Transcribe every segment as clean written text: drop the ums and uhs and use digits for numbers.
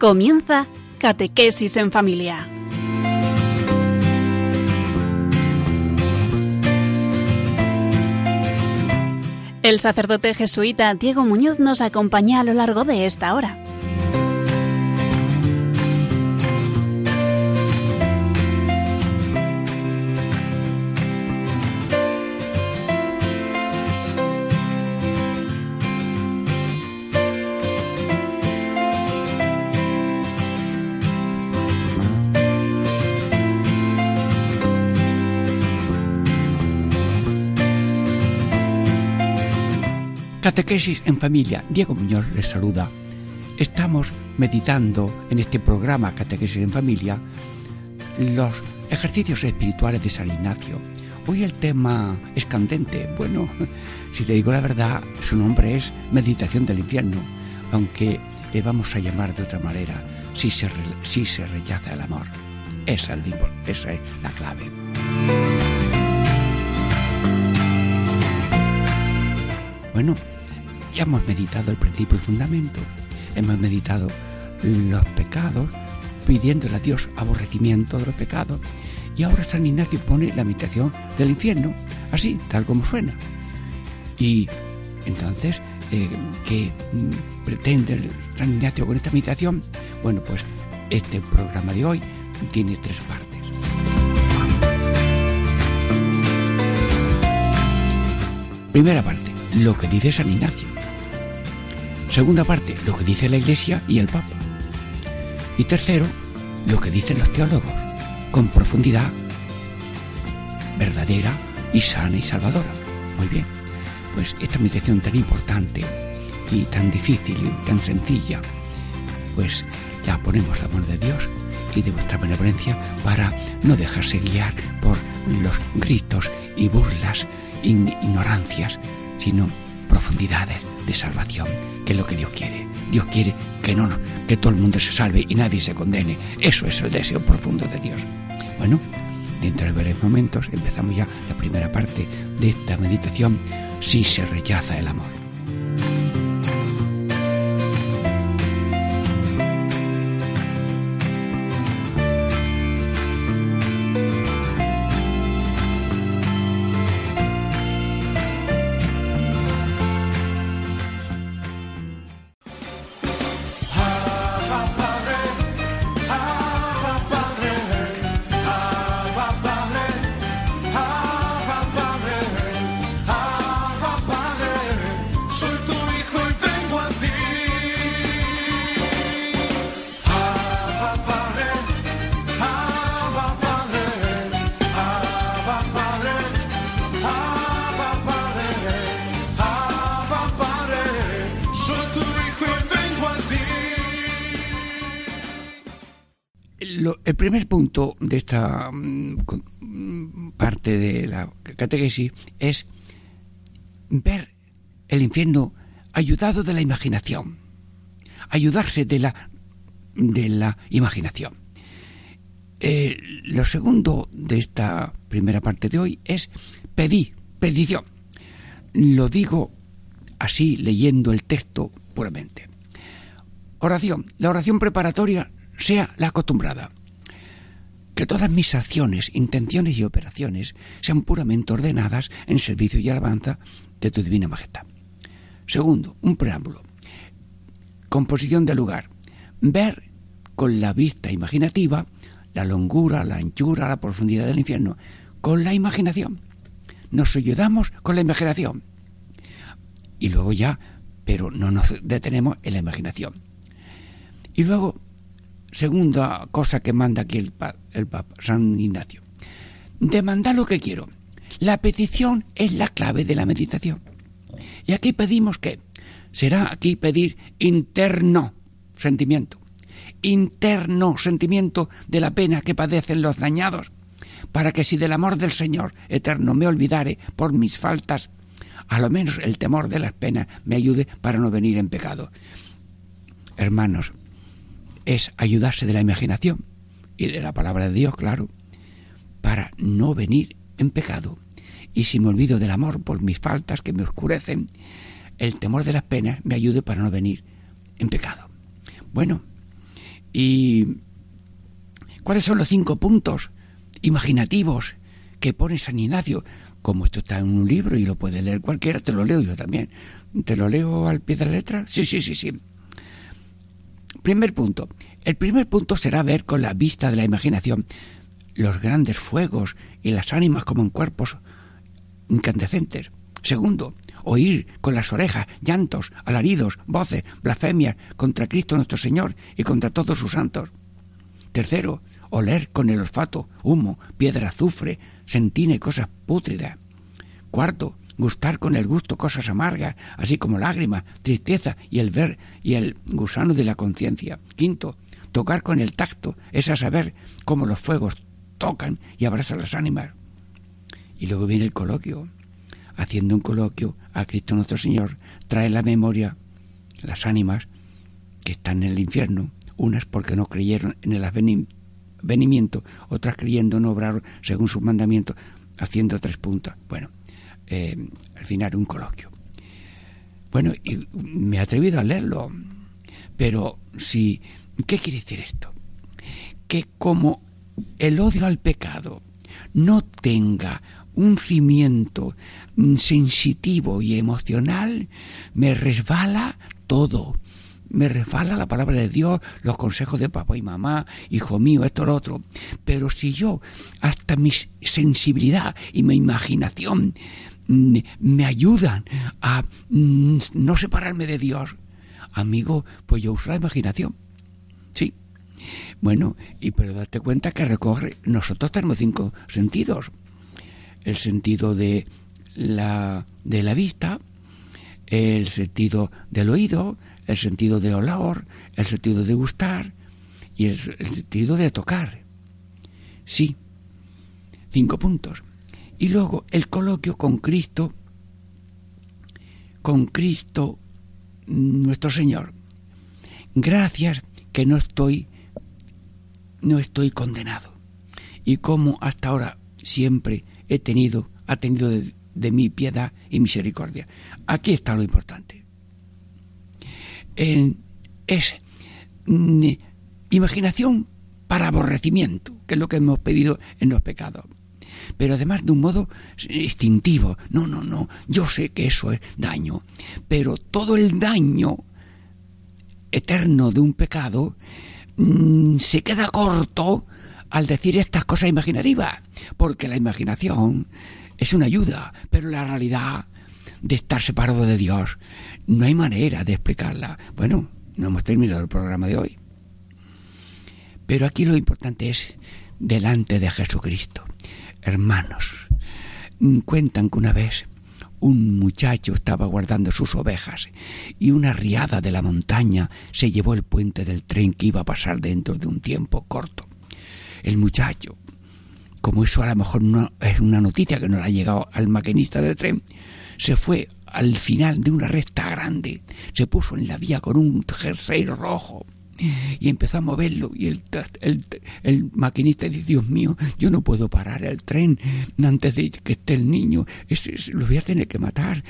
Comienza Catequesis en Familia. El sacerdote jesuita Diego Muñoz nos acompaña a lo largo de esta hora. Catequesis en Familia, Diego Muñoz les saluda. Estamos meditando en este programa Catequesis en Familia los ejercicios espirituales de San Ignacio. Hoy el tema es candente. Bueno, si te digo la verdad, su nombre es Meditación del Infierno, aunque le vamos a llamar de otra manera, si se rechaza el amor. Esa es la clave. Bueno, ya hemos meditado el principio y fundamento, hemos meditado los pecados, pidiéndole a Dios aborrecimiento de los pecados, y ahora San Ignacio pone la meditación del infierno, así, tal como suena. Y entonces, ¿qué pretende San Ignacio con esta meditación? Bueno, pues este programa de hoy tiene 3 partes. Primera parte, lo que dice San Ignacio. Segunda parte, lo que dice la Iglesia y el Papa. Y tercero, lo que dicen los teólogos, con profundidad verdadera y sana y salvadora. Muy bien, pues esta meditación tan importante y tan difícil y tan sencilla, pues la ponemos a la mano de Dios y de vuestra benevolencia para no dejarse guiar por los gritos y burlas, ignorancias, sino profundidades de salvación, que es lo que Dios quiere. Dios quiere que todo el mundo se salve y nadie se condene. Eso es el deseo profundo de Dios. Bueno, dentro de breves momentos empezamos ya la primera parte de esta meditación, si se rechaza el amor. El primer punto de esta parte de la catequesis es ver el infierno ayudado de la imaginación, ayudarse de la imaginación. Lo segundo de esta primera parte de hoy es petición. Lo digo así leyendo el texto puramente. Oración. La oración preparatoria sea la acostumbrada. Que todas mis acciones, intenciones y operaciones sean puramente ordenadas en servicio y alabanza de tu divina majestad. Segundo, un preámbulo. Composición del lugar. Ver con la vista imaginativa la longura, la anchura, la profundidad del infierno. Con la imaginación. Nos ayudamos con la imaginación. Y luego ya, pero no nos detenemos en la imaginación. Y luego, segunda cosa que manda aquí el Papa, San Ignacio. Demandar lo que quiero. La petición es la clave de la meditación. Y aquí pedimos ¿qué? Será aquí pedir interno sentimiento de la pena que padecen los dañados, para que si del amor del Señor eterno me olvidare por mis faltas, a lo menos el temor de las penas me ayude para no venir en pecado. Hermanos, es ayudarse de la imaginación y de la palabra de Dios, claro, para no venir en pecado. Y si me olvido del amor por mis faltas que me oscurecen, el temor de las penas me ayude para no venir en pecado. Bueno, ¿Y cuáles son los 5 puntos imaginativos que pone San Ignacio? Como esto está en un libro y lo puede leer cualquiera, te lo leo yo también. ¿Te lo leo al pie de la letra? Sí. Primer punto. El primer punto será ver con la vista de la imaginación los grandes fuegos y las ánimas como en cuerpos incandescentes. Segundo, oír con las orejas llantos, alaridos, voces, blasfemias contra Cristo nuestro Señor y contra todos sus santos. Tercero, oler con el olfato humo, piedra, azufre, sentina y cosas pútridas. Cuarto, gustar con el gusto cosas amargas, así como lágrimas, tristeza y el ver y el gusano de la conciencia. Quinto, tocar con el tacto, es a saber cómo los fuegos tocan y abrazan las ánimas. Y luego viene el coloquio. Haciendo un coloquio a Cristo nuestro Señor, trae la memoria las ánimas que están en el infierno, unas porque no creyeron en el advenimiento, otras creyendo no obraron según sus mandamientos, haciendo 3 puntos. Bueno, al final un coloquio. Bueno, y me he atrevido a leerlo, pero sí, ¿qué quiere decir esto? Que como el odio al pecado no tenga un cimiento sensitivo y emocional, me resbala todo. Me resbala la palabra de Dios, los consejos de papá y mamá, hijo mío, esto, lo otro. Pero si yo, hasta mi sensibilidad y mi imaginación me ayudan a no separarme de Dios, amigo, pues yo uso la imaginación. Sí. Bueno, pero date cuenta que nosotros tenemos 5 sentidos. El sentido de la vista, el sentido del oído, el sentido de olor, el sentido de gustar y el sentido de tocar. Sí, 5 puntos. Y luego el coloquio con Cristo nuestro Señor. Gracias que no estoy condenado. Y como hasta ahora siempre ha tenido de mi piedad y misericordia. Aquí está lo importante. Es imaginación para aborrecimiento, que es lo que hemos pedido en los pecados. Pero además de un modo instintivo. No, yo sé que eso es daño. Pero todo el daño eterno de un pecado se queda corto al decir estas cosas imaginativas, porque la imaginación es una ayuda, pero la realidad de estar separado de Dios no hay manera de explicarla. Bueno, no hemos terminado el programa de hoy, pero aquí lo importante es delante de Jesucristo. Hermanos, cuentan que una vez un muchacho estaba guardando sus ovejas y una riada de la montaña se llevó el puente del tren que iba a pasar dentro de un tiempo corto. El muchacho, como eso a lo mejor no es una noticia que no le ha llegado al maquinista del tren, se fue al final de una recta grande, se puso en la vía con un jersey rojo y empezó a moverlo, y el maquinista dice: Dios mío, yo no puedo parar el tren antes de que esté el niño, lo voy a tener que matar.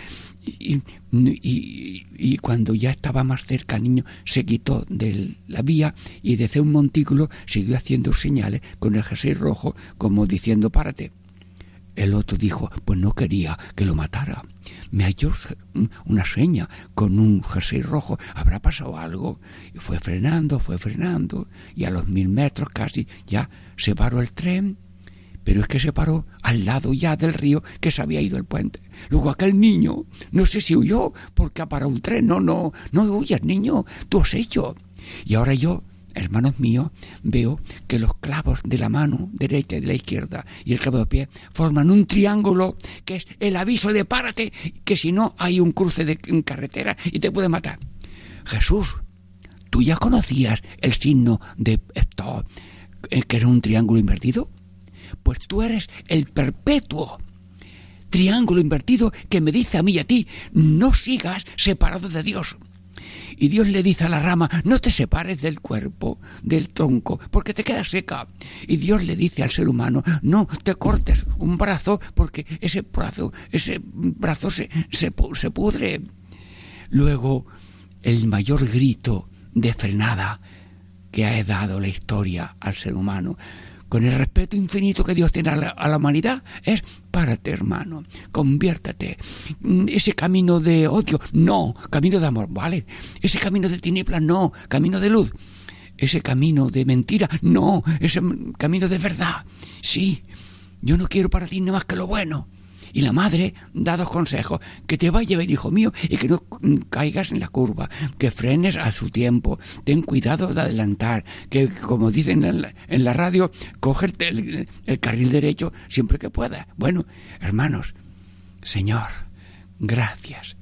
Y cuando ya estaba más cerca el niño se quitó de la vía y desde un montículo siguió haciendo señales con el jersey rojo como diciendo: párate. El otro dijo: pues no quería que lo matara, me halló una seña con un jersey rojo, habrá pasado algo. Y fue frenando y a los 1000 metros casi ya se paró el tren. Pero es que se paró al lado ya del río que se había ido el puente. Luego aquel niño, no sé si huyó porque ha parado un tren. No huyas, niño, tú has hecho. Y ahora yo, hermanos míos, veo que los clavos de la mano derecha y de la izquierda y el clavo de pie forman un triángulo que es el aviso de párate, que si no hay un cruce de carretera y te puede matar. Jesús, ¿tú ya conocías el signo de esto, que era un triángulo invertido? Pues tú eres el perpetuo triángulo invertido que me dice a mí y a ti: no sigas separado de Dios. Y Dios le dice a la rama: no te separes del cuerpo, del tronco, porque te quedas seca. Y Dios le dice al ser humano: no te cortes un brazo, porque ese brazo se pudre. Luego, el mayor grito de frenada que ha dado la historia al ser humano, con el respeto infinito que Dios tiene a la humanidad, es: párate, hermano, conviértate. Ese camino de odio, no, camino de amor, vale. Ese camino de tinieblas, no, camino de luz. Ese camino de mentira, no, ese camino de verdad. Sí, yo no quiero para ti nada más que lo bueno. Y la madre da 2 consejos: que te vaya bien, hijo mío, y que no caigas en la curva, que frenes a su tiempo, ten cuidado de adelantar, que, como dicen en la radio, coge el carril derecho siempre que puedas. Bueno, hermanos, Señor, gracias,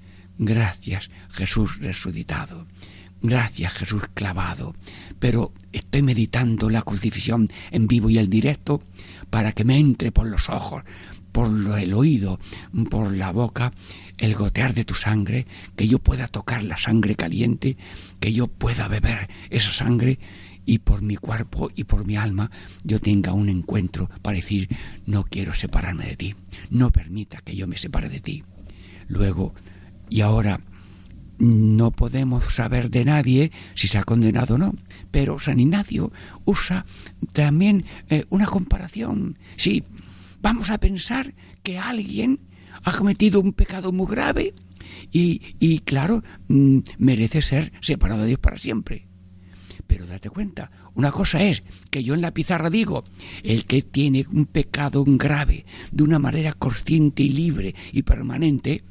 Jesús resucitado, gracias, Jesús clavado, pero estoy meditando la crucifixión en vivo y en directo para que me entre por los ojos, por el oído, por la boca, el gotear de tu sangre, que yo pueda tocar la sangre caliente, que yo pueda beber esa sangre, y por mi cuerpo y por mi alma yo tenga un encuentro para decir: no quiero separarme de ti, no permita que yo me separe de ti. Luego, y ahora, no podemos saber de nadie si se ha condenado o no, pero San Ignacio usa también una comparación. Sí, vamos a pensar que alguien ha cometido un pecado muy grave y claro, merece ser separado de Dios para siempre. Pero date cuenta, una cosa es que yo en la pizarra digo: el que tiene un pecado grave de una manera consciente y libre y permanente,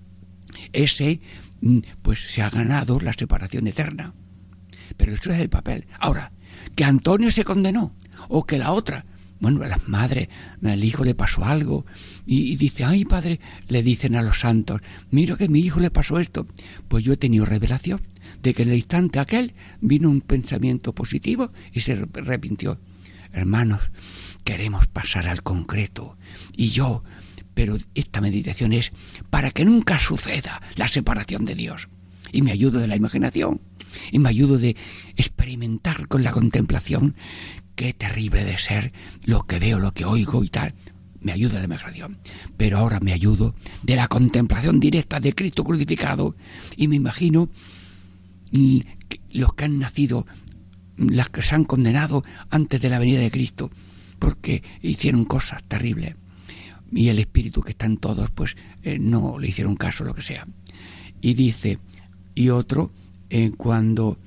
ese pues se ha ganado la separación eterna. Pero eso es el papel. Ahora, que Antonio se condenó, o que la otra, bueno, a las madres, al hijo le pasó algo, y dice: ay, padre, le dicen a los santos: mira que a mi hijo le pasó esto. Pues yo he tenido revelación de que en el instante aquel vino un pensamiento positivo y se arrepintió. Hermanos, queremos pasar al concreto, pero esta meditación es para que nunca suceda la separación de Dios. Y me ayudo de la imaginación, y me ayudo de experimentar con la contemplación qué terrible de ser lo que veo, lo que oigo y tal. Me ayuda de la imaginación, pero ahora me ayudo de la contemplación directa de Cristo crucificado, y me imagino los que han nacido, las que se han condenado antes de la venida de Cristo, porque hicieron cosas terribles, y el Espíritu que está en todos, pues no le hicieron caso, lo que sea. Y dice, y otro, cuando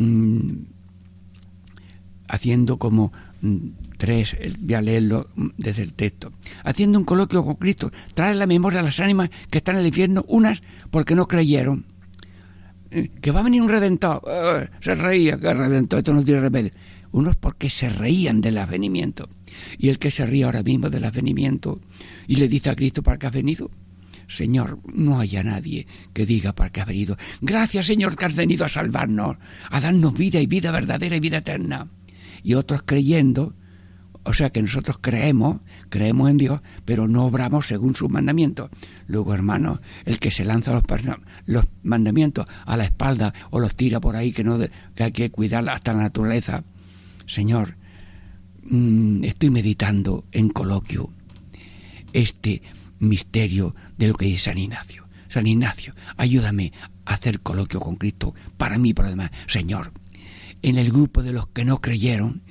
haciendo como 3, voy a leerlo desde el texto, haciendo un coloquio con Cristo, trae a la memoria a las ánimas que están en el infierno, unas porque no creyeron que va a venir un redentor, se reía, que redentor, esto no tiene remedio. Unos porque se reían del advenimiento, y el que se ríe ahora mismo del advenimiento y le dice a Cristo: ¿para qué has venido? Señor, no haya nadie que diga para qué has venido. Gracias, Señor, que has venido a salvarnos, a darnos vida, y vida verdadera y vida eterna. Y otros creyendo, o sea que nosotros creemos en Dios, pero no obramos según sus mandamientos. Luego, hermanos, el que se lanza los mandamientos a la espalda o los tira por ahí, que hay que cuidar hasta la naturaleza. Señor, estoy meditando en coloquio este misterio de lo que dice San Ignacio. San Ignacio, ayúdame a hacer coloquio con Cristo, para mí y para los demás. Señor, en el grupo de los que no creyeron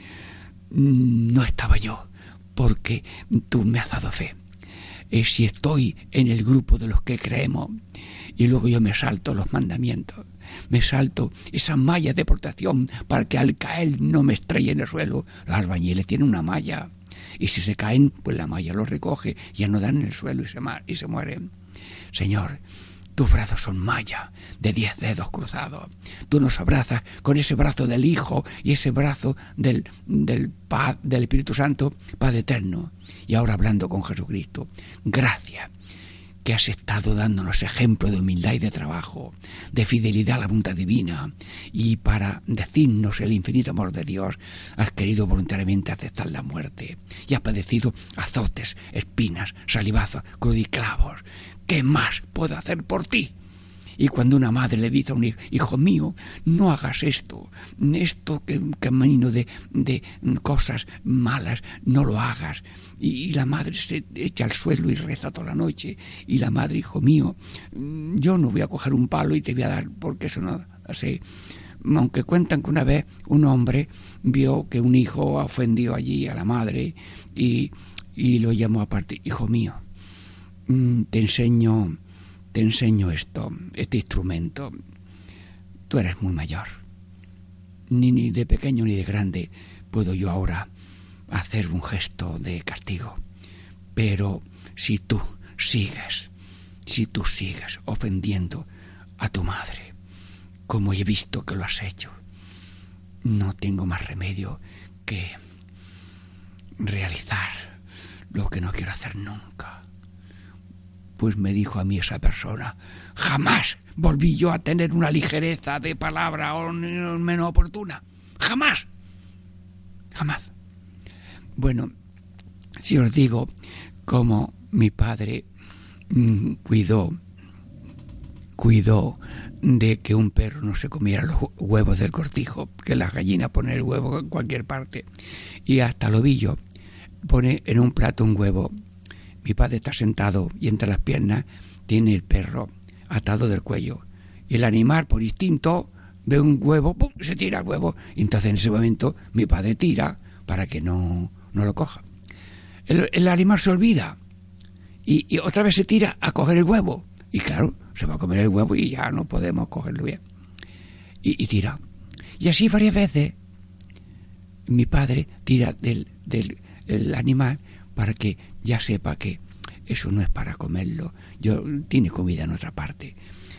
no estaba yo, porque tú me has dado fe. Si estoy en el grupo de los que creemos, y luego yo me salto los mandamientos, me salto esa malla de protección para que al caer no me estrelle en el suelo. Los albañiles tienen una malla, y si se caen, pues la malla los recoge, ya no dan en el suelo y se mueren. Señor, tus brazos son malla de 10 dedos cruzados. Tú nos abrazas con ese brazo del Hijo y ese brazo del Espíritu Santo, Padre eterno. Y ahora hablando con Jesucristo, gracias que has estado dándonos ejemplo de humildad y de trabajo, de fidelidad a la voluntad divina, y para decirnos el infinito amor de Dios has querido voluntariamente aceptar la muerte, y has padecido azotes, espinas, salivazos, cruz y clavos. ¿Qué más puedo hacer por ti? Y cuando una madre le dice a un hijo: hijo mío, no hagas esto que camino de cosas malas, no lo hagas. Y la madre se echa al suelo y reza toda la noche. Y la madre: hijo mío, yo no voy a coger un palo y te voy a dar, porque eso no sé. aunque cuentan que una vez un hombre vio que un hijo ofendió allí a la madre y lo llamó aparte: hijo mío, te enseño este instrumento. Tú eres muy mayor, ni de pequeño ni de grande puedo yo ahora hacer un gesto de castigo, pero si tú sigues ofendiendo a tu madre, como he visto que lo has hecho, no tengo más remedio que realizar lo que no quiero hacer nunca. Pues me dijo a mí esa persona: jamás volví yo a tener una ligereza de palabra o menos oportuna. Jamás. Bueno, si os digo cómo mi padre cuidó de que un perro no se comiera los huevos del cortijo, que las gallinas ponen el huevo en cualquier parte, y hasta el ovillo pone en un plato un huevo. Mi padre está sentado y entre las piernas tiene el perro atado del cuello, y el animal por instinto ve un huevo, ¡pum!, se tira el huevo, y entonces en ese momento mi padre tira para que no lo coja. El animal se olvida y otra vez se tira a coger el huevo, y claro, se va a comer el huevo y ya no podemos cogerlo bien, y tira. Y así varias veces mi padre tira del animal para que ya sepa que eso no es para comerlo, tiene comida en otra parte.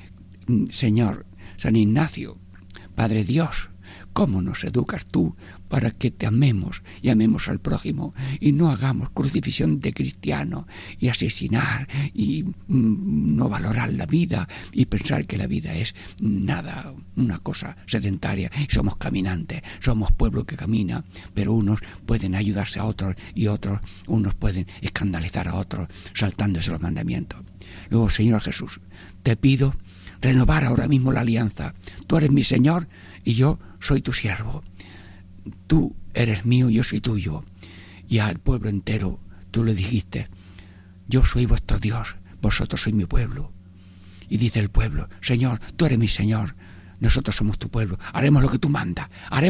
Señor San Ignacio, Padre Dios, ¿cómo nos educas tú para que te amemos y amemos al prójimo y no hagamos crucifixión de cristianos y asesinar y no valorar la vida y pensar que la vida es nada, una cosa sedentaria, y somos caminantes, somos pueblo que camina, pero unos pueden ayudarse a otros y unos pueden escandalizar a otros saltándose los mandamientos? Luego, Señor Jesús, te pido renovar ahora mismo la alianza. Tú eres mi Señor y yo soy tu siervo. Tú eres mío y yo soy tuyo. Y al pueblo entero tú le dijiste: yo soy vuestro Dios, vosotros sois mi pueblo. Y dice el pueblo: Señor, tú eres mi Señor, nosotros somos tu pueblo, haremos lo que tú mandas,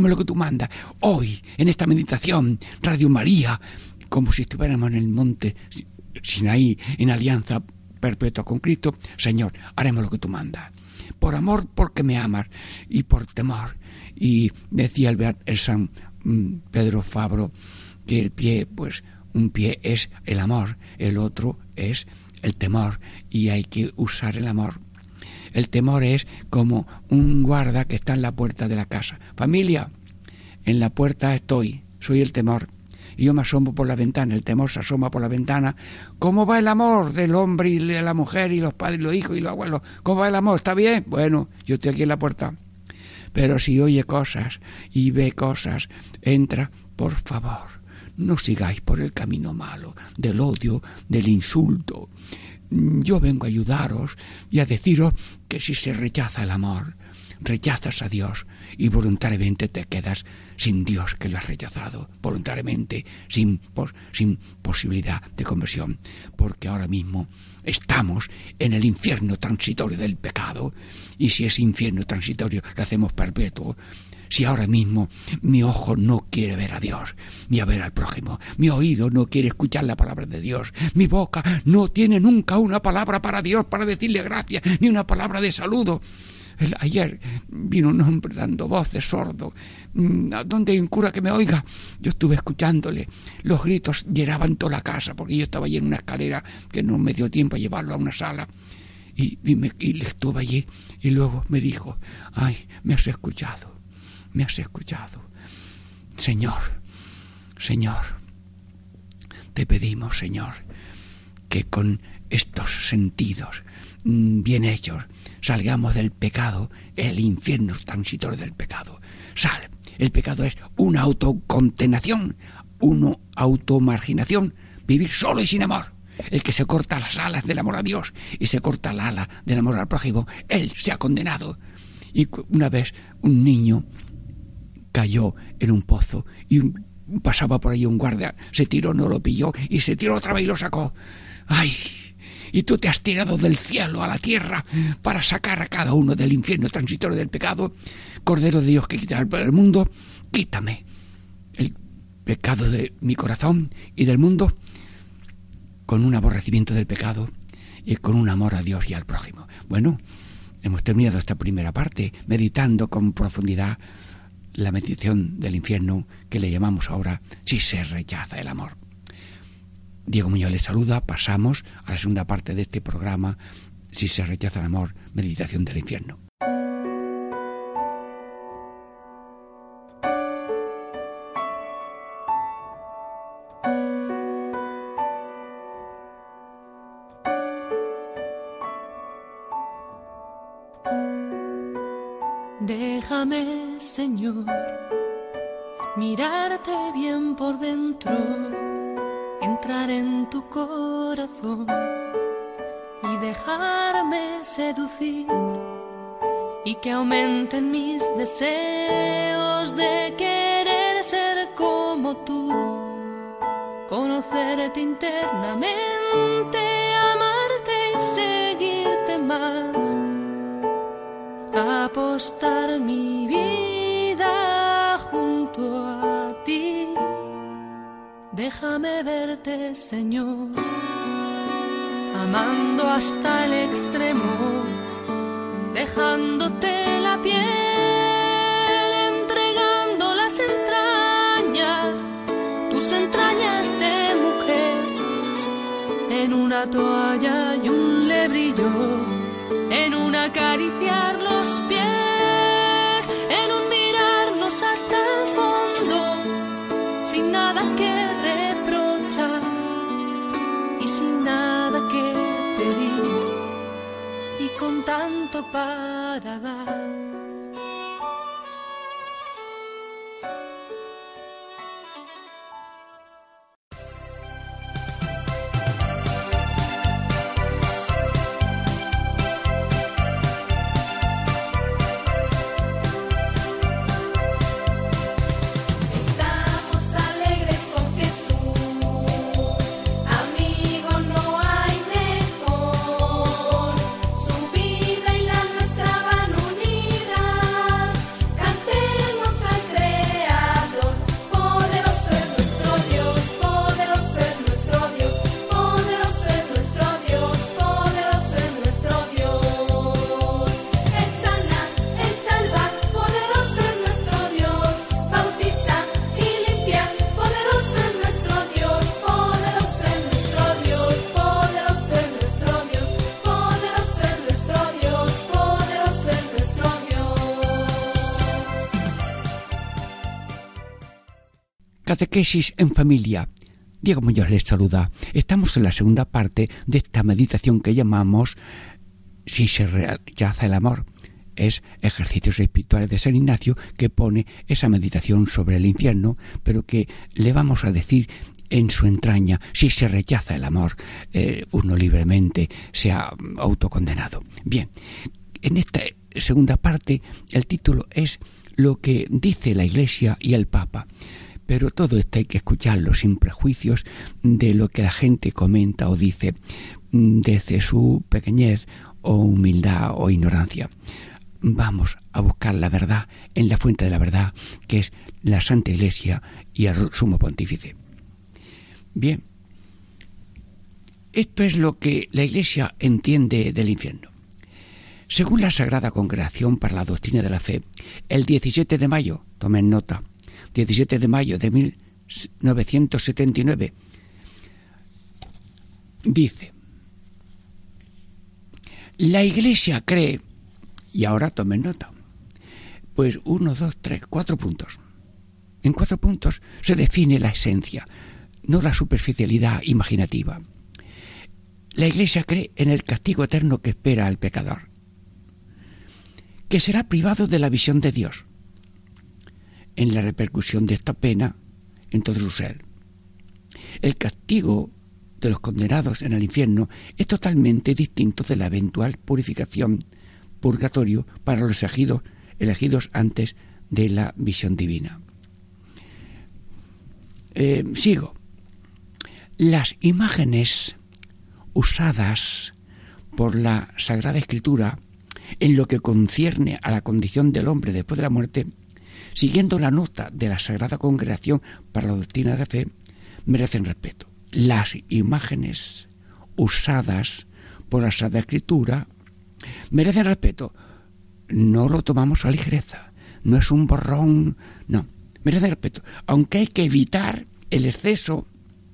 Hoy, en esta meditación, Radio María, como si estuviéramos en el monte Sinaí, en alianza perpetua con Cristo, Señor, haremos lo que tú mandas. Por amor, porque me amas, y por temor. Y decía el San Pedro Fabro que el pie, pues un pie es el amor, el otro es el temor, y hay que usar el amor. El temor es como un guarda que está en la puerta de la casa. Familia, en la puerta estoy, soy el temor. Y yo me asomo por la ventana, el temor se asoma por la ventana. ¿Cómo va el amor del hombre y de la mujer y los padres y los hijos y los abuelos? ¿Cómo va el amor? ¿Está bien? Bueno, yo estoy aquí en la puerta. Pero si oye cosas y ve cosas, entra, por favor, no sigáis por el camino malo, del odio, del insulto. Yo vengo a ayudaros y a deciros que si se rechaza el amor, rechazas a Dios y voluntariamente te quedas sin Dios, que lo has rechazado, voluntariamente, sin posibilidad de conversión, porque ahora mismo estamos en el infierno transitorio del pecado, y si ese infierno transitorio lo hacemos perpetuo, si ahora mismo mi ojo no quiere ver a Dios ni a ver al prójimo, mi oído no quiere escuchar la palabra de Dios, mi boca no tiene nunca una palabra para Dios, para decirle gracias, ni una palabra de saludo. Ayer vino un hombre dando voces, sordo. ¿Dónde hay un cura que me oiga? Yo estuve escuchándole. Los gritos llenaban toda la casa, porque yo estaba allí en una escalera que no me dio tiempo a llevarlo a una sala. Y estuve allí y luego me dijo: ay, me has escuchado. Señor, te pedimos, Señor, que con estos sentidos bien hechos salgamos del pecado, el infierno transitorio del pecado. El pecado es una autocondenación, una automarginación, vivir solo y sin amor. El que se corta las alas del amor a Dios y se corta la ala del amor al prójimo, él se ha condenado. Y una vez un niño cayó en un pozo y pasaba por ahí un guardia, se tiró, no lo pilló y se tiró otra vez y lo sacó. ¡Ay! y tú te has tirado del cielo a la tierra para sacar a cada uno del infierno transitorio del pecado. Cordero de Dios que quita el mundo, quítame el pecado de mi corazón y del mundo con un aborrecimiento del pecado y con un amor a Dios y al prójimo. Bueno, hemos terminado esta primera parte meditando con profundidad la meditación del infierno que le llamamos ahora si se rechaza el amor. Diego Muñoz les saluda. Pasamos a la segunda parte de este programa, si se rechaza el amor, meditación del infierno. Déjame, Señor, mirarte bien por dentro, entrar en tu corazón y dejarme seducir, y que aumenten mis deseos de querer ser como tú, conocerte internamente, amarte y seguirte más, apostar mi vida junto a ti. Déjame verte, Señor, amando hasta el extremo, dejándote la piel, entregando las entrañas, tus entrañas de mujer, en una toalla y un lebrillo, en un acariciar los pies, en un mirarnos hasta el fondo, sin nada que reprochar y sin nada que pedir, y con tanto para dar. Catequesis en familia. Diego Muñoz les saluda. Estamos en la segunda parte de esta meditación que llamamos si se rechaza el amor. Es Ejercicios Espirituales de San Ignacio, que pone esa meditación sobre el infierno, pero que le vamos a decir en su entraña, si se rechaza el amor, uno libremente se ha autocondenado. Bien, en esta segunda parte el título es Lo que dice la Iglesia y el Papa. Pero todo esto hay que escucharlo sin prejuicios de lo que la gente comenta o dice desde su pequeñez o humildad o ignorancia. Vamos a buscar la verdad en la fuente de la verdad, que es la Santa Iglesia y el Sumo Pontífice. Bien, esto es lo que la Iglesia entiende del infierno. Según la Sagrada Congregación para la Doctrina de la Fe, el 17 de mayo, tomen nota, 17 de mayo de 1979, dice: la Iglesia cree, y ahora tomen nota, pues 1, 2, 3, 4 puntos. En 4 puntos se define la esencia, no la superficialidad imaginativa. La Iglesia cree en el castigo eterno que espera al pecador, que será privado de la visión de Dios, en la repercusión de esta pena en todo su ser. El castigo de los condenados en el infierno es totalmente distinto de la eventual purificación, purgatorio, para los elegidos antes de la visión divina. Sigo. Las imágenes usadas por la Sagrada Escritura en lo que concierne a la condición del hombre después de la muerte, siguiendo la nota de la Sagrada Congregación para la Doctrina de la Fe, merecen respeto. Las imágenes usadas por la Sagrada Escritura merecen respeto. No lo tomamos a ligereza, no es un borrón, no, merecen respeto. Aunque hay que evitar el exceso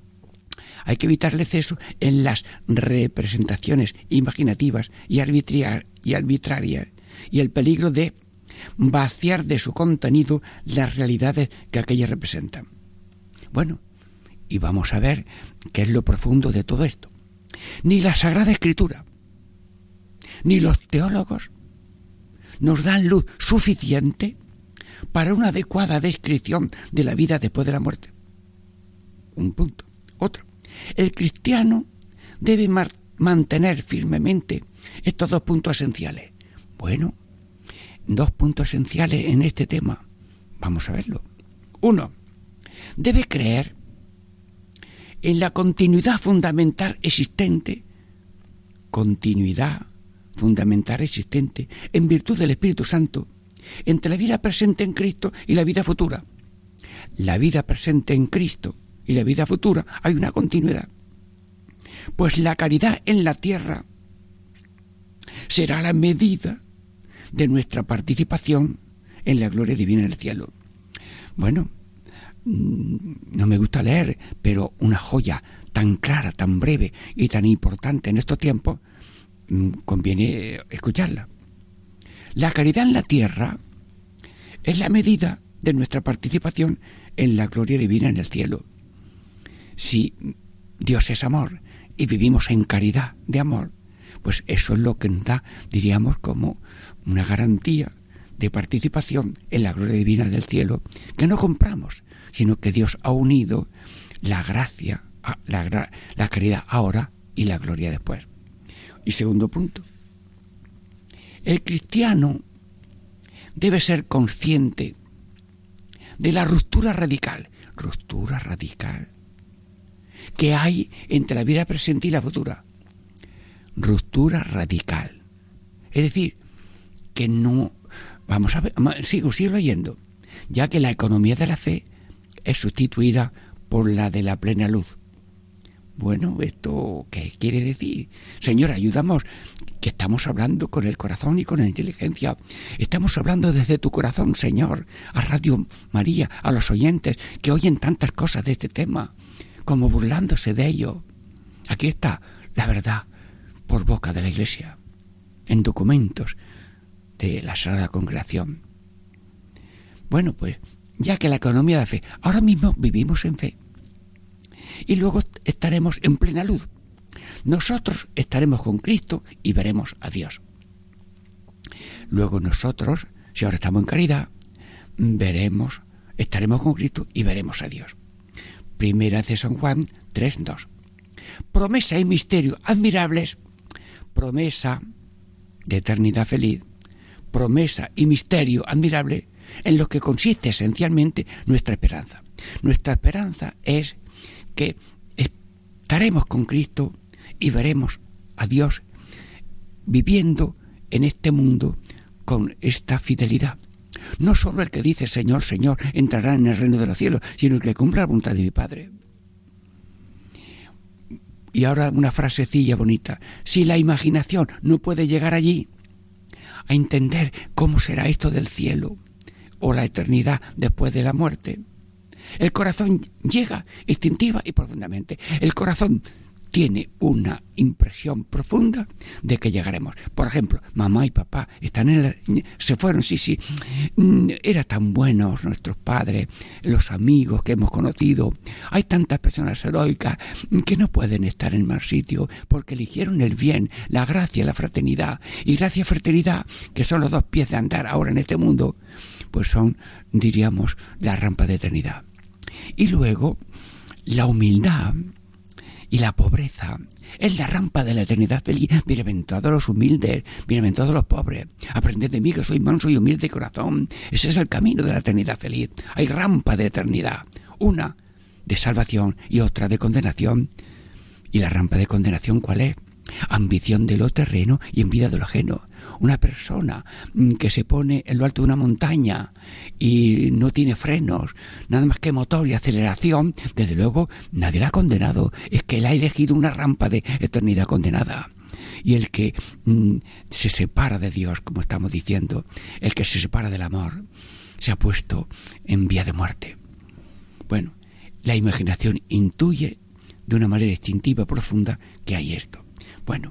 en las representaciones imaginativas y arbitrarias y el peligro de vaciar de su contenido las realidades que aquellas representan. Bueno, y vamos a ver qué es lo profundo de todo esto. Ni la Sagrada Escritura, ni los teólogos nos dan luz suficiente para una adecuada descripción de la vida después de la muerte. Un punto. Otro. El cristiano debe mantener firmemente estos dos puntos esenciales. Bueno, dos puntos esenciales en este tema. Vamos a verlo. Uno, debe creer en la continuidad fundamental existente en virtud del Espíritu Santo entre la vida presente en Cristo y la vida futura. La vida presente en Cristo y la vida futura hay una continuidad. Pues la caridad en la tierra será la medida de nuestra participación en la gloria divina del cielo. Bueno, no me gusta leer, pero una joya tan clara, tan breve y tan importante en estos tiempos, conviene escucharla. La caridad en la tierra es la medida de nuestra participación en la gloria divina en el cielo. Si Dios es amor y vivimos en caridad de amor, pues eso es lo que nos da, diríamos, como una garantía de participación en la gloria divina del cielo, que no compramos, sino que Dios ha unido la gracia, la caridad ahora y la gloria después. Y segundo punto, el cristiano debe ser consciente de la ruptura radical que hay entre la vida presente y la futura. Ruptura radical. Es decir, que no... Vamos a ver, sigo leyendo. Ya que la economía de la fe es sustituida por la de la plena luz. Bueno, ¿esto qué quiere decir? Señor, ayúdanos, que estamos hablando con el corazón y con la inteligencia. Estamos hablando desde tu corazón, Señor, a Radio María, a los oyentes que oyen tantas cosas de este tema, como burlándose de ello. Aquí está la verdad por boca de la Iglesia, en documentos de la Sagrada Congregación. Bueno, pues, ya que la economía de la fe, ahora mismo vivimos en fe, y luego estaremos en plena luz. Nosotros estaremos con Cristo y veremos a Dios. Luego nosotros, si ahora estamos en caridad, estaremos con Cristo y veremos a Dios. Primera de San Juan 3:2. Promesa y misterio admirables, promesa de eternidad feliz, promesa y misterio admirable, en lo que consiste esencialmente nuestra esperanza. Nuestra esperanza es que estaremos con Cristo y veremos a Dios viviendo en este mundo con esta fidelidad. No solo el que dice Señor, Señor entrará en el reino de los cielos, sino el que cumpla la voluntad de mi Padre. Y ahora una frasecilla bonita. Si la imaginación no puede llegar allí a entender cómo será esto del cielo o la eternidad después de la muerte, el corazón llega instintiva y profundamente. El corazón tiene una impresión profunda de que llegaremos. Por ejemplo, mamá y papá se fueron, sí. Eran tan buenos nuestros padres, los amigos que hemos conocido. Hay tantas personas heroicas que no pueden estar en mal sitio porque eligieron el bien, la gracia, la fraternidad. Y gracia y fraternidad, que son los dos pies de andar ahora en este mundo, pues son, diríamos, la rampa de eternidad. Y luego, la humildad y la pobreza es la rampa de la eternidad feliz. Bienaventurados los humildes, bienaventurados los pobres. Aprended de mí que soy manso y humilde de corazón. Ese es el camino de la eternidad feliz. Hay rampa de eternidad, una de salvación y otra de condenación. ¿Y la rampa de condenación cuál es? Ambición de lo terreno y envidia de lo ajeno. Una persona que se pone en lo alto de una montaña y no tiene frenos, nada más que motor y aceleración, desde luego nadie la ha condenado. Es que él ha elegido una rampa de eternidad condenada. Y el que se separa de Dios, como estamos diciendo, el que se separa del amor, se ha puesto en vía de muerte. Bueno, la imaginación intuye de una manera instintiva profunda que hay esto. Bueno,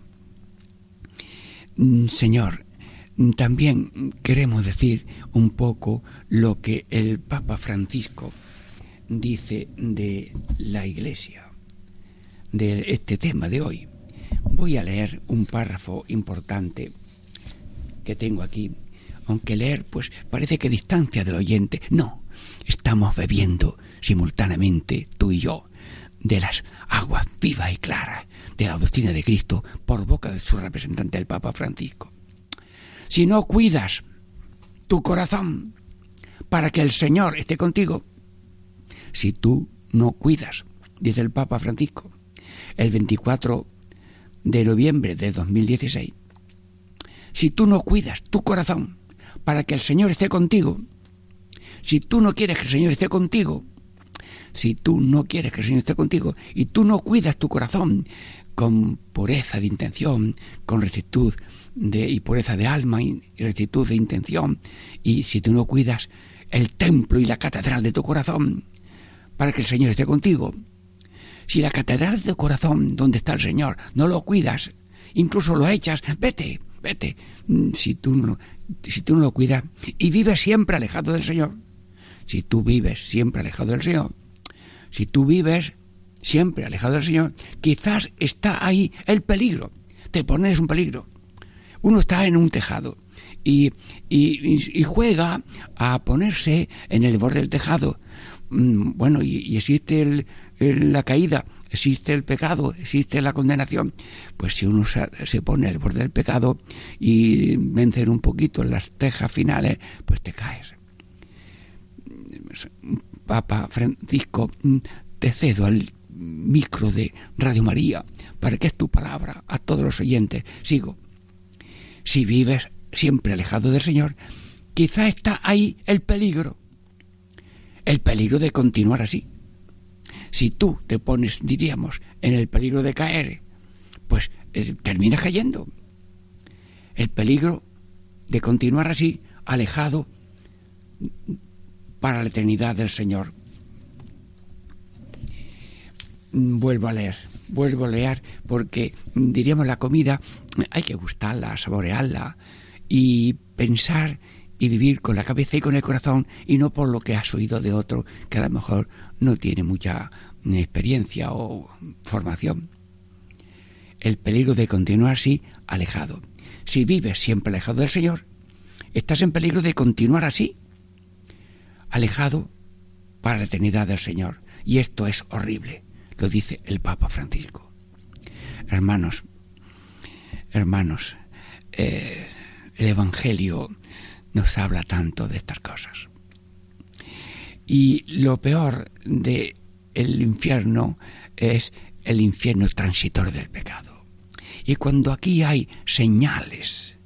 Señor, también queremos decir un poco lo que el Papa Francisco dice de la Iglesia, de este tema de hoy. Voy a leer un párrafo importante que tengo aquí, aunque leer pues parece que distancia del oyente. No, estamos bebiendo simultáneamente, tú y yo, de las aguas vivas y claras de la doctrina de Cristo por boca de su representante, el Papa Francisco. Si no cuidas tu corazón para que el Señor esté contigo, si tú no cuidas, dice el Papa Francisco, el 24 de noviembre de 2016, si tú no cuidas tu corazón para que el Señor esté contigo, si tú no quieres que el Señor esté contigo, si tú no quieres que el Señor esté contigo y tú no cuidas tu corazón con pureza de intención, con rectitud y pureza de alma y rectitud de intención, y si tú no cuidas el templo y la catedral de tu corazón para que el Señor esté contigo, si la catedral de tu corazón donde está el Señor no lo cuidas, incluso lo echas, vete. Si tú no lo cuidas y vives siempre alejado del Señor, si tú vives siempre alejado del Señor, si tú vives siempre alejado del Señor, quizás está ahí el peligro. Te pones un peligro. Uno está en un tejado y juega a ponerse en el borde del tejado. Bueno, y existe la caída, existe el pecado, existe la condenación. Pues si uno se pone al borde del pecado y vencen un poquito las tejas finales, pues te caes. Papa Francisco, te cedo al micro de Radio María para que es tu palabra a todos los oyentes. Sigo. Si vives siempre alejado del Señor, quizá está ahí el peligro de continuar así. Si tú te pones, diríamos, en el peligro de caer, pues terminas cayendo. El peligro de continuar así, alejado para la eternidad del Señor. Vuelvo a leer porque diríamos la comida hay que gustarla, saborearla y pensar y vivir con la cabeza y con el corazón y no por lo que has oído de otro que a lo mejor no tiene mucha experiencia o formación. El peligro de continuar así, alejado. Si vives siempre alejado del Señor, estás en peligro de continuar así, alejado para la eternidad del Señor. Y esto es horrible, lo dice el Papa Francisco. Hermanos, el Evangelio nos habla tanto de estas cosas. Y lo peor del infierno es el infierno transitorio del pecado. Y cuando aquí hay señales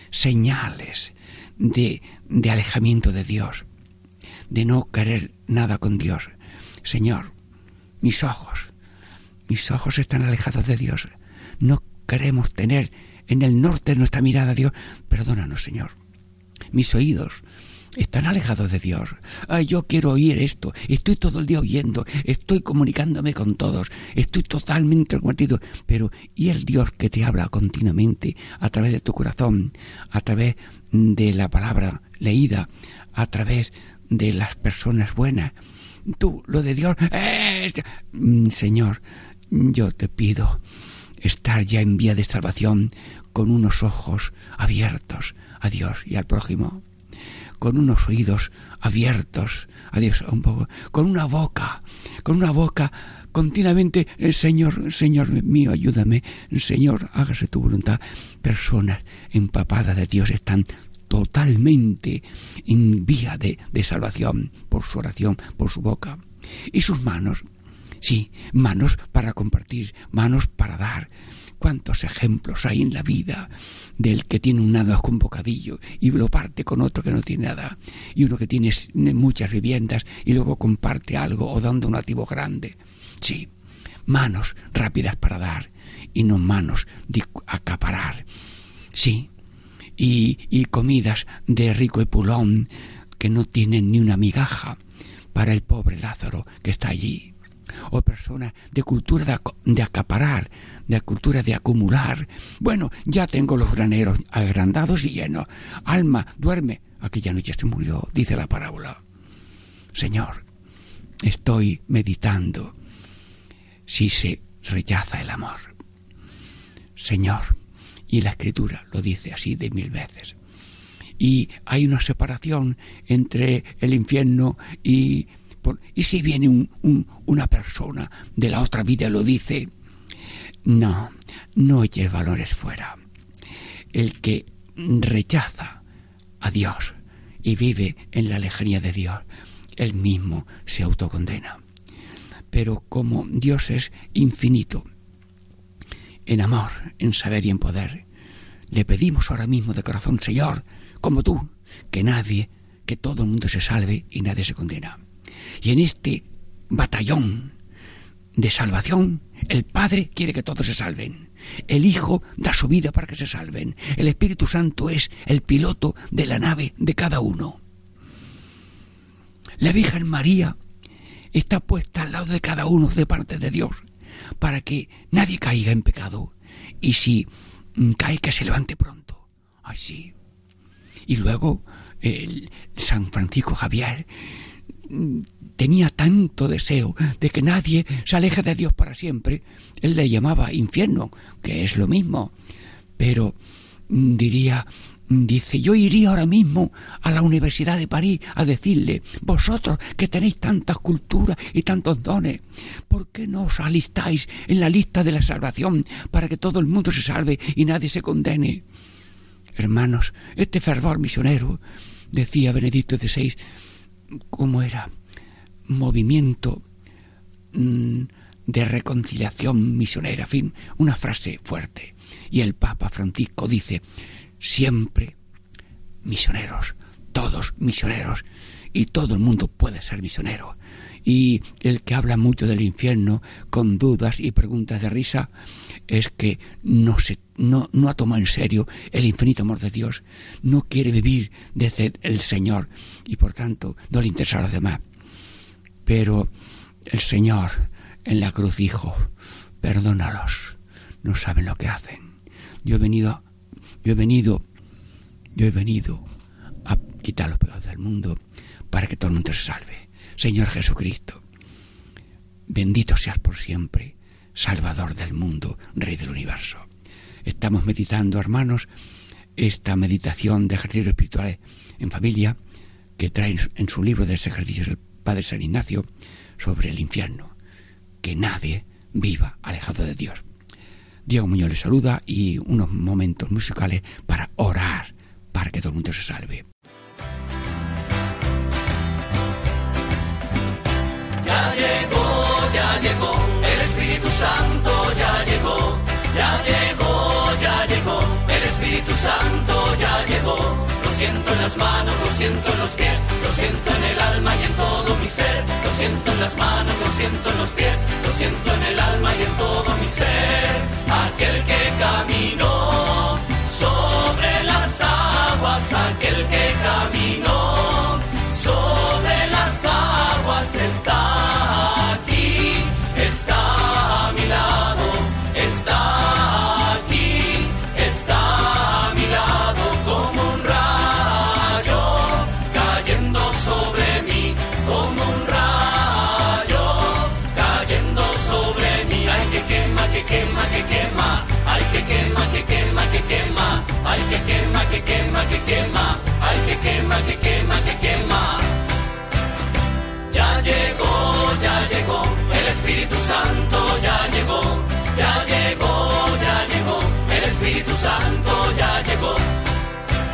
de alejamiento de Dios, de no querer nada con Dios, Señor, mis ojos están alejados de Dios, no queremos tener en el norte de nuestra mirada a Dios, perdónanos, Señor. Mis oídos están alejados de Dios. Yo quiero oír esto, estoy todo el día oyendo, estoy comunicándome con todos, estoy totalmente convertido, pero ¿y el Dios que te habla continuamente a través de tu corazón, a través de la palabra leída, a través de las personas buenas? Tú, lo de Dios, Señor, yo te pido estar ya en vía de salvación con unos ojos abiertos a Dios y al prójimo, con unos oídos abiertos a Dios un poco, con una boca continuamente, Señor mío, ayúdame, Señor, hágase tu voluntad. Personas empapadas de Dios están totalmente en vía de salvación por su oración, por su boca. Y sus manos Sí, manos para compartir, manos para dar. ¿Cuántos ejemplos hay en la vida del que tiene un nada con bocadillo y lo parte con otro que no tiene nada? Y uno que tiene muchas viviendas y luego comparte algo o da un donativo grande. Sí, manos rápidas para dar y no manos de acaparar. Sí, y comidas de rico epulón que no tienen ni una migaja para el pobre Lázaro que está allí. O personas de cultura de acaparar, de cultura de acumular. Bueno, ya tengo los graneros agrandados y llenos. Alma, duerme. Aquella noche se murió, dice la parábola. Señor, estoy meditando si se rechaza el amor. Señor, y la Escritura lo dice así de 1000 veces. Y hay una separación entre el infierno y si viene una persona de la otra vida y lo dice, no eches valores fuera. El que rechaza a Dios y vive en la lejanía de Dios, él mismo se autocondena. Pero como Dios es infinito, en amor, en saber y en poder, le pedimos ahora mismo de corazón, Señor, como tú, que todo el mundo se salve y nadie se condena. Y en este batallón de salvación, el Padre quiere que todos se salven. El Hijo da su vida para que se salven. El Espíritu Santo es el piloto de la nave de cada uno. La Virgen María está puesta al lado de cada uno de parte de Dios para que nadie caiga en pecado. Y si cae, que se levante pronto. Ay, sí. Y luego San Francisco Javier tenía tanto deseo de que nadie se aleje de Dios para siempre. Él le llamaba infierno, que es lo mismo, pero dice, yo iría ahora mismo a la Universidad de París a decirle, vosotros que tenéis tantas culturas y tantos dones, ¿por qué no os alistáis en la lista de la salvación para que todo el mundo se salve y nadie se condene? Hermanos, este fervor misionero, decía Benedicto XVI, ¿cómo era? Movimiento de reconciliación misionera, en fin, una frase fuerte. Y el Papa Francisco dice, siempre misioneros, todos misioneros, y todo el mundo puede ser misionero. Y el que habla mucho del infierno con dudas y preguntas de risa es que no ha tomado en serio el infinito amor de Dios, no quiere vivir desde el Señor y por tanto no le interesa a los demás. Pero el Señor en la cruz dijo, perdónalos, no saben lo que hacen. Yo he venido a quitar los pecados del mundo para que todo el mundo se salve. Señor Jesucristo, bendito seas por siempre, Salvador del mundo, Rey del universo. Estamos meditando, hermanos, esta meditación de ejercicios espirituales en familia que trae en su libro de ejercicios el Padre San Ignacio sobre el infierno, que nadie viva alejado de Dios. Diego Muñoz les saluda y unos momentos musicales para orar para que todo el mundo se salve. Ya llegó, el Espíritu Santo ya llegó, el Espíritu Santo ya llegó. Lo siento en las manos, lo siento en los pies, lo siento en el alma y en todo mi ser. Lo siento en las manos, lo siento en los pies, lo siento en el alma y en todo mi ser. Aquel que caminó sobre las aguas, aquel que caminó sobre las aguas está aquí, está a mi lado, está aquí, está a mi lado como un rayo cayendo sobre mí, como un rayo cayendo sobre mí. Ay, que quema, que quema, que quema, ay, que quema, que quema, que quema, ay, que quema, que quema, que quema, ay, que quema, que quema, que quema. Ya llegó, el Espíritu Santo ya llegó, el Espíritu Santo ya llegó.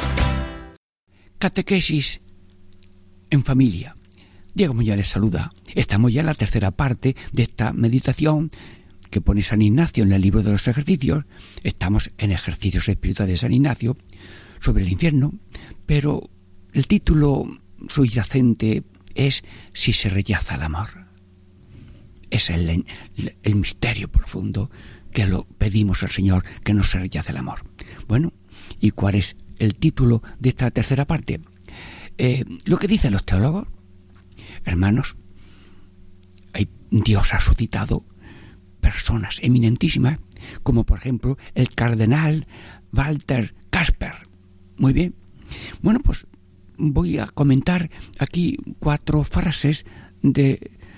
Catequesis en familia. Diego Muñoz les saluda Estamos ya en la tercera parte de esta meditación que pone San Ignacio en el libro de los ejercicios. Estamos en ejercicios espirituales de San Ignacio sobre el infierno, pero el título subyacente es Si se rechaza el amor. Es el misterio profundo que lo pedimos al Señor, que no se rechace el amor. Bueno, ¿y cuál es el título de esta tercera parte? Lo que dicen los teólogos, hermanos, Dios ha suscitado personas eminentísimas, como por ejemplo el cardenal Walter Kasper. Muy bien. Bueno, pues voy a comentar aquí 4 frases del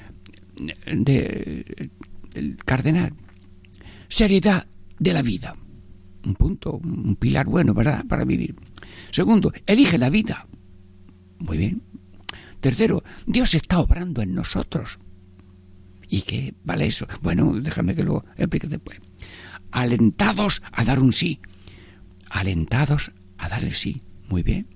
cardenal. Seriedad de la vida. Un punto, un pilar bueno, ¿verdad?, para vivir. Segundo, elige la vida. Muy bien. Tercero, Dios está obrando en nosotros. ¿Y qué vale eso? Bueno, déjame que lo explique después. Alentados a dar un sí. Alentados a dar el sí. Muy bien.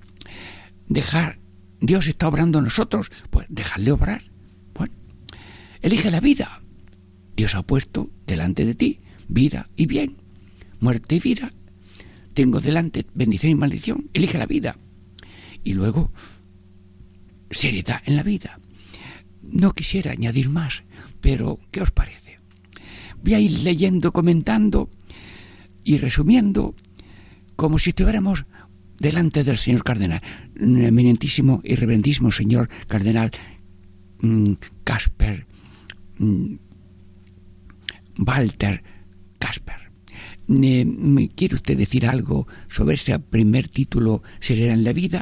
Dios está obrando en nosotros. Pues dejarle obrar. Bueno. Elige la vida. Dios ha puesto delante de ti vida y bien. Muerte y vida. Tengo delante bendición y maldición. Elige la vida. Y luego, seriedad en la vida. No quisiera añadir más, pero ¿qué os parece? Voy a ir leyendo, comentando y resumiendo como si estuviéramos delante del señor cardenal, eminentísimo y reverendísimo señor cardenal Kasper, Walter Kasper. ¿Quiere usted decir algo sobre ese primer título, Seriedad en la vida?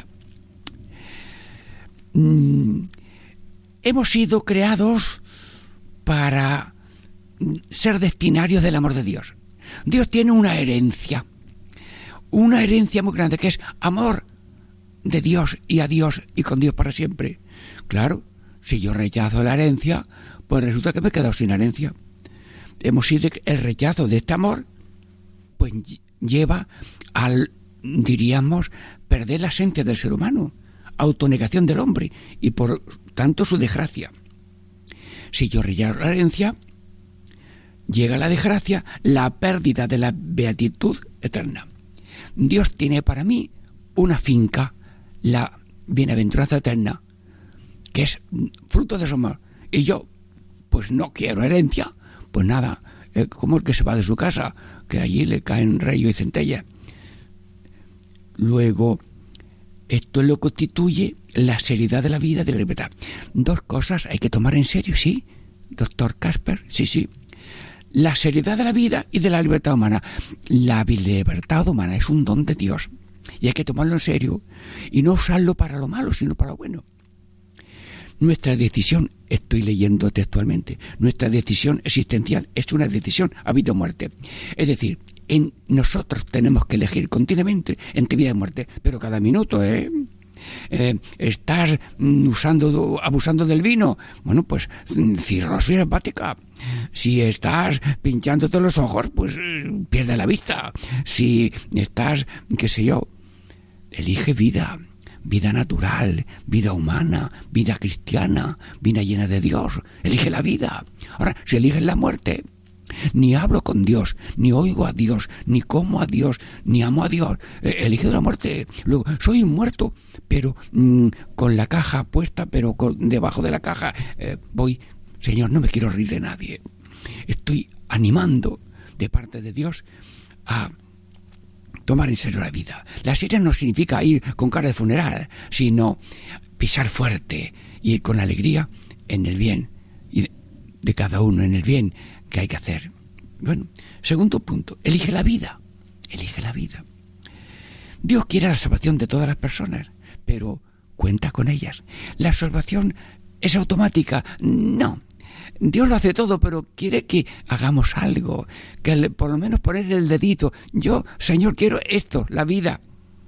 Hemos sido creados para ser destinarios del amor de Dios. Dios tiene una herencia muy grande, que es amor de Dios y a Dios y con Dios para siempre. Claro, si yo rechazo la herencia, pues resulta que me he quedado sin herencia. Hemos sido el rechazo de este amor, pues lleva al, diríamos, perder la esencia del ser humano, autonegación del hombre y por tanto su desgracia. Si yo rechazo la herencia, llega la desgracia, la pérdida de la beatitud eterna. Dios tiene para mí una finca, la bienaventuranza eterna, que es fruto de su amor. Y yo, pues no quiero herencia, pues nada, como el que se va de su casa, que allí le caen rayos y centellas. Luego, esto lo constituye la seriedad de la vida y de la libertad. 2 cosas hay que tomar en serio, ¿sí? Doctor Kasper, sí. La seriedad de la vida y de la libertad humana. La libertad humana es un don de Dios y hay que tomarlo en serio y no usarlo para lo malo, sino para lo bueno. Nuestra decisión, estoy leyendo textualmente, nuestra decisión existencial es una decisión a vida o muerte. Es decir, nosotros tenemos que elegir continuamente entre vida y muerte, pero cada minuto, estás abusando del vino, bueno, pues cirrosis hepática. Si estás pinchándote los ojos, pues pierde la vista. Si estás, qué sé yo, elige vida natural, vida humana, vida cristiana, vida llena de Dios. Elige la vida. Ahora, si eliges la muerte, ni hablo con Dios, ni oigo a Dios, ni como a Dios, ni amo a Dios. Elige la muerte. Luego, soy un muerto, pero con la caja puesta, pero debajo de la caja voy, Señor, no me quiero reír de nadie. Estoy animando de parte de Dios a tomar en serio la vida. La seriedad no significa ir con cara de funeral, sino pisar fuerte y ir con alegría en el bien y de cada uno, en el bien que hay que hacer. Bueno, segundo punto, elige la vida. Elige la vida. Dios quiere la salvación de todas las personas, pero cuenta con ellas. La salvación es automática. No. Dios lo hace todo, pero quiere que hagamos algo, que por lo menos poner el dedito. Yo, Señor, quiero esto, la vida.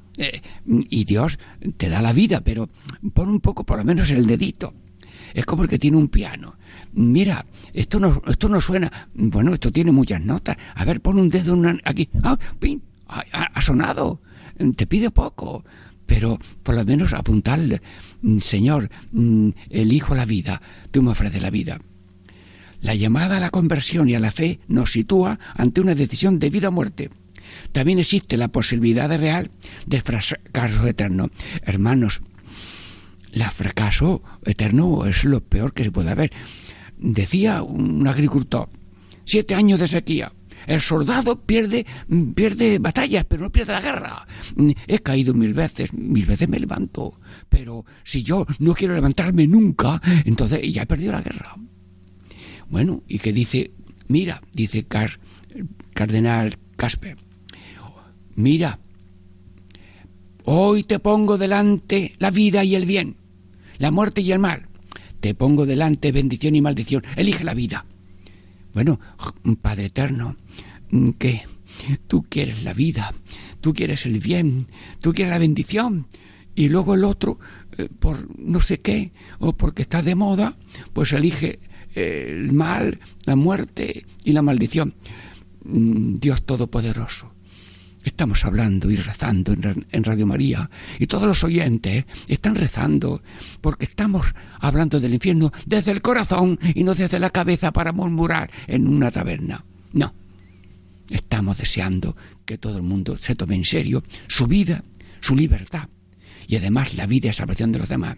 Y Dios te da la vida, pero pon un poco, por lo menos, el dedito. Es como el que tiene un piano. Mira, esto no suena. Bueno, esto tiene muchas notas. A ver, pon un dedo aquí. ¡Ah, pin! Ha sonado. Te pide poco. pero por lo menos apuntarle: Señor, elijo la vida, tú me ofreces la vida. La llamada a la conversión y a la fe nos sitúa ante una decisión de vida o muerte. También existe la posibilidad real de fracaso eterno. Hermanos, el fracaso eterno es lo peor que se puede haber. Decía un agricultor: 7 años de sequía. El soldado pierde batallas, pero no pierde la guerra. He caído 1000 veces me levanto. Pero si yo no quiero levantarme nunca, entonces ya he perdido la guerra. Bueno, ¿y qué dice? Mira, dice Cardenal Casper: mira, hoy te pongo delante la vida y el bien, la muerte y el mal. Te pongo delante bendición y maldición. Elige la vida. Bueno, Padre Eterno, ¿qué? Tú quieres la vida, tú quieres el bien, tú quieres la bendición, y luego el otro, por no sé qué, o porque está de moda, pues elige el mal, la muerte y la maldición. Dios Todopoderoso, estamos hablando y rezando en Radio María, y todos los oyentes están rezando porque estamos hablando del infierno desde el corazón y no desde la cabeza para murmurar en una taberna. No, estamos deseando que todo el mundo se tome en serio su vida, su libertad y además la vida y salvación de los demás.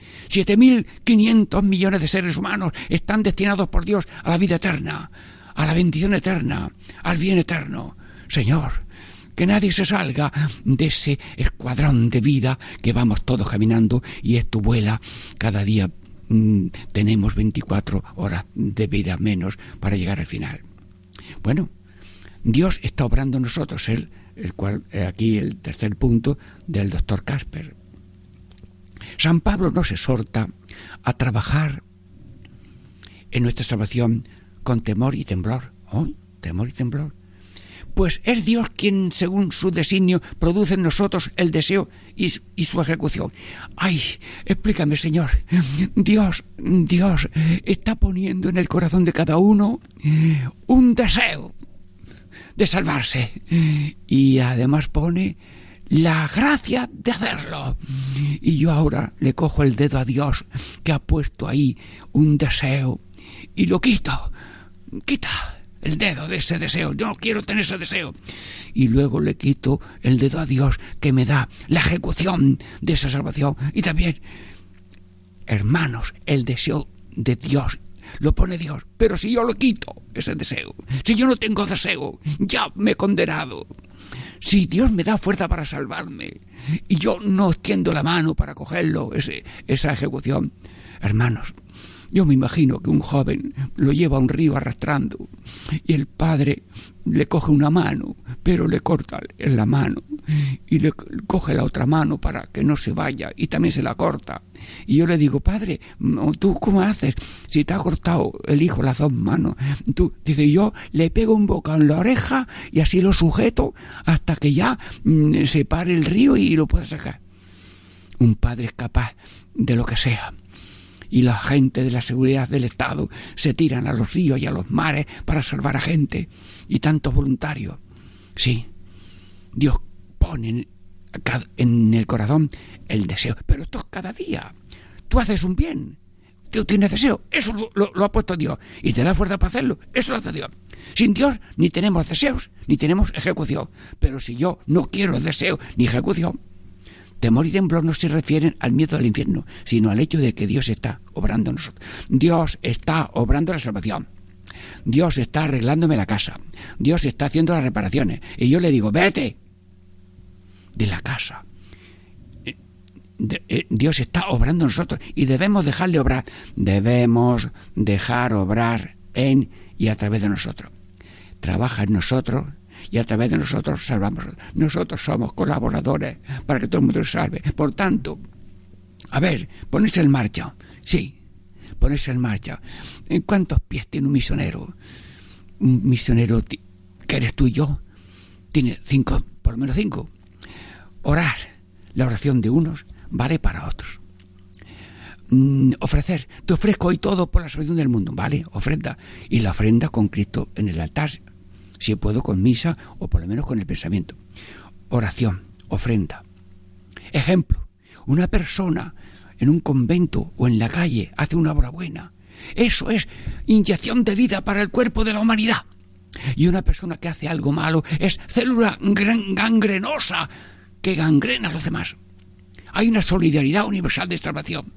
7.500 millones de seres humanos están destinados por Dios a la vida eterna, a la bendición eterna, al bien eterno. Señor, que nadie se salga de ese escuadrón de vida que vamos todos caminando, y esto vuela. Cada día tenemos 24 horas de vida menos para llegar al final. Bueno, Dios está obrando en nosotros, aquí el tercer punto del doctor Casper. San Pablo nos exhorta a trabajar en nuestra salvación con temor y temblor. ¿Oh? Temor y temblor. Pues es Dios quien, según su designio, produce en nosotros el deseo y su ejecución. ¡Ay! Explícame, Señor. Dios está poniendo en el corazón de cada uno un deseo de salvarse. Y además pone la gracia de hacerlo. Y yo ahora le cojo el dedo a Dios, que ha puesto ahí un deseo, y lo quito. Quita el dedo de ese deseo. Yo no quiero tener ese deseo. Y luego le quito el dedo a Dios, que me da la ejecución de esa salvación. Y también, hermanos, el deseo de Dios lo pone Dios. Pero si yo lo quito, ese deseo, si yo no tengo deseo, ya me he condenado. Si Dios me da fuerza para salvarme y yo no extiendo la mano para cogerlo, esa ejecución, hermanos, yo me imagino que un joven lo lleva a un río arrastrando y el padre le coge una mano, pero le corta en la mano y le coge la otra mano para que no se vaya y también se la corta. Y yo le digo: padre, ¿tú cómo haces si te ha cortado el hijo las 2 manos? Tú, dice, yo le pego un bocado en la oreja y así lo sujeto hasta que ya se pare el río y lo pueda sacar. Un padre es capaz de lo que sea. Y la gente de la seguridad del Estado se tiran a los ríos y a los mares para salvar a gente. Y tantos voluntarios. Sí, Dios pone en el corazón el deseo. Pero esto es cada día. Tú haces un bien, tú tienes deseo. Eso lo ha puesto Dios. Y te da fuerza para hacerlo. Eso lo hace Dios. Sin Dios ni tenemos deseos, ni tenemos ejecución. Pero si yo no quiero deseo ni ejecución, temor y temblor no se refieren al miedo al infierno, sino al hecho de que Dios está obrando en nosotros. Dios está obrando la salvación. Dios está arreglándome la casa. Dios está haciendo las reparaciones. Y yo le digo: vete de la casa. Dios está obrando en nosotros y debemos dejarle obrar. Debemos dejar obrar en y a través de nosotros. Trabaja en nosotros y a través de nosotros salvamos. Nosotros somos colaboradores para que todo el mundo se salve. Por tanto, a ver, ponerse en marcha. Sí, ponerse en marcha. ¿En cuántos pies tiene un misionero? Un misionero que eres tú y yo tiene 5, por lo menos 5. Orar, la oración de unos vale para otros. Ofrecer, te ofrezco hoy todo por la salvación del mundo, ¿vale? Ofrenda. Y la ofrenda con Cristo en el altar, si puedo con misa o por lo menos con el pensamiento. Oración, ofrenda. Ejemplo, una persona en un convento o en la calle hace una obra buena. Eso es inyección de vida para el cuerpo de la humanidad. Y una persona que hace algo malo es célula gangrenosa que gangrena a los demás. Hay una solidaridad universal de salvación.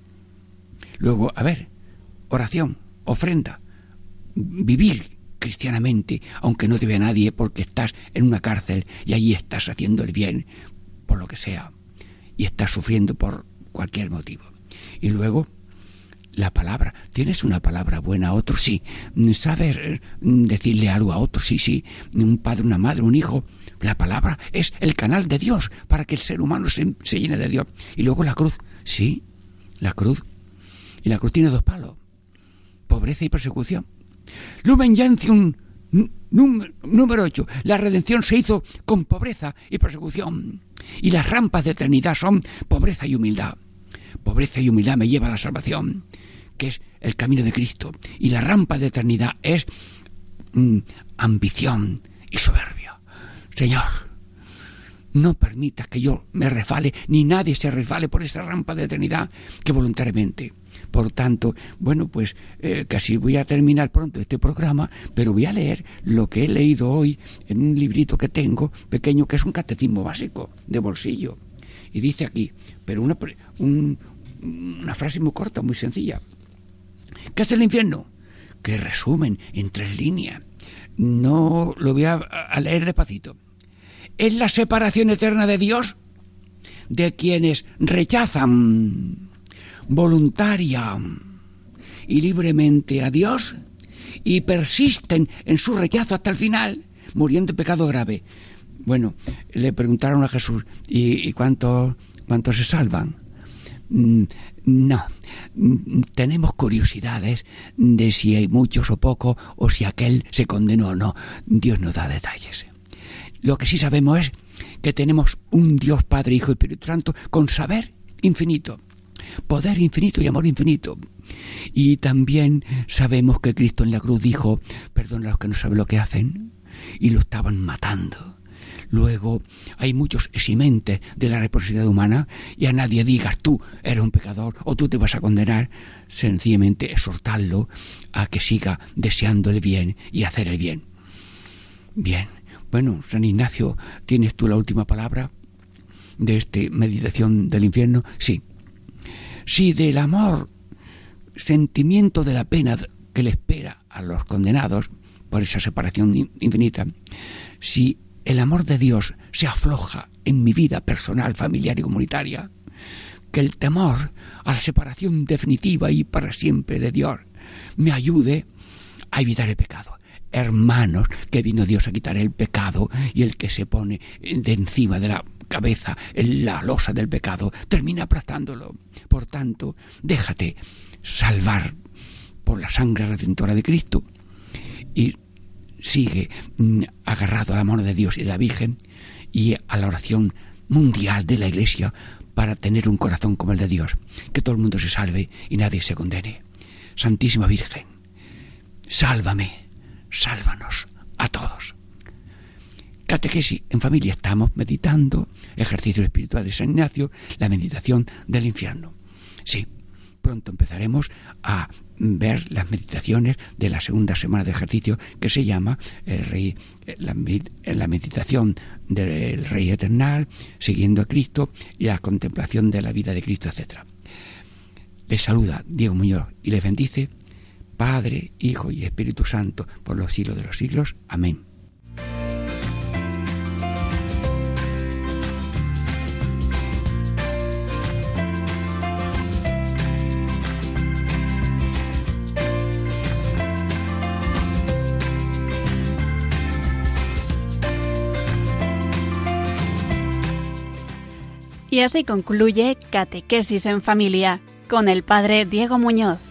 Luego, a ver, oración, ofrenda, vivir cristianamente, aunque no te vea nadie porque estás en una cárcel y allí estás haciendo el bien, por lo que sea, y estás sufriendo por cualquier motivo. Y luego, la palabra. ¿Tienes una palabra buena a otro? Sí. ¿Sabes decirle algo a otro? Sí. Un padre, una madre, un hijo. La palabra es el canal de Dios para que el ser humano se llene de Dios. Y luego la cruz. Sí, la cruz. Y la cruz tiene 2 palos. Pobreza y persecución. Lumen Gentium número 8. La redención se hizo con pobreza y persecución. Y las rampas de eternidad son pobreza y humildad. Pobreza y humildad me lleva a la salvación, que es el camino de Cristo. Y la rampa de eternidad es ambición y soberbia. Señor, no permitas que yo me resbale, ni nadie se resbale por esa rampa de eternidad que voluntariamente. Por tanto, bueno, pues casi voy a terminar pronto este programa, pero voy a leer lo que he leído hoy en un librito que tengo, pequeño, que es un catecismo básico de bolsillo. Y dice aquí, pero una frase muy corta, muy sencilla. ¿Qué es el infierno? Que resumen en 3 líneas. No lo voy a leer despacito. Es la separación eterna de Dios de quienes rechazan voluntaria y libremente a Dios y persisten en su rechazo hasta el final, muriendo en pecado grave. Bueno, le preguntaron a Jesús, ¿y cuántos se salvan? No, tenemos curiosidades de si hay muchos o pocos, o si aquel se condenó o no. Dios nos da detalles. Lo que sí sabemos es que tenemos un Dios Padre, Hijo y Espíritu Santo con saber infinito, poder infinito y amor infinito. Y también sabemos que Cristo en la cruz dijo, perdona a los que no saben lo que hacen, y lo estaban matando. Luego hay muchos eximentes de la responsabilidad humana, y a nadie digas tú eres un pecador o tú te vas a condenar. Sencillamente exhortarlo a que siga deseando el bien y hacer el bien. Bien, bueno, San Ignacio, ¿tienes tú la última palabra de esta meditación del infierno? Sí. Si del amor, sentimiento de la pena que le espera a los condenados por esa separación infinita, si el amor de Dios se afloja en mi vida personal, familiar y comunitaria, que el temor a la separación definitiva y para siempre de Dios me ayude a evitar el pecado. Hermanos, que vino Dios a quitar el pecado, y el que se pone de encima de la cabeza en la losa del pecado termina aplastándolo. Por tanto, déjate salvar por la sangre redentora de Cristo y sigue agarrado a la mano de Dios y de la Virgen y a la oración mundial de la Iglesia para tener un corazón como el de Dios, que todo el mundo se salve y nadie se condene. Santísima Virgen, sálvame, sálvanos a todos. Catequesis en familia, estamos meditando, ejercicio espiritual de San Ignacio, la meditación del infierno. Sí, pronto empezaremos a ver las meditaciones de la segunda semana de ejercicio, que se llama la meditación del Rey Eternal, siguiendo a Cristo, y la contemplación de la vida de Cristo, etc. Les saluda Diego Muñoz y les bendice Padre, Hijo y Espíritu Santo, por los siglos de los siglos. Amén. Y así concluye Catequesis en Familia con el Padre Diego Muñoz.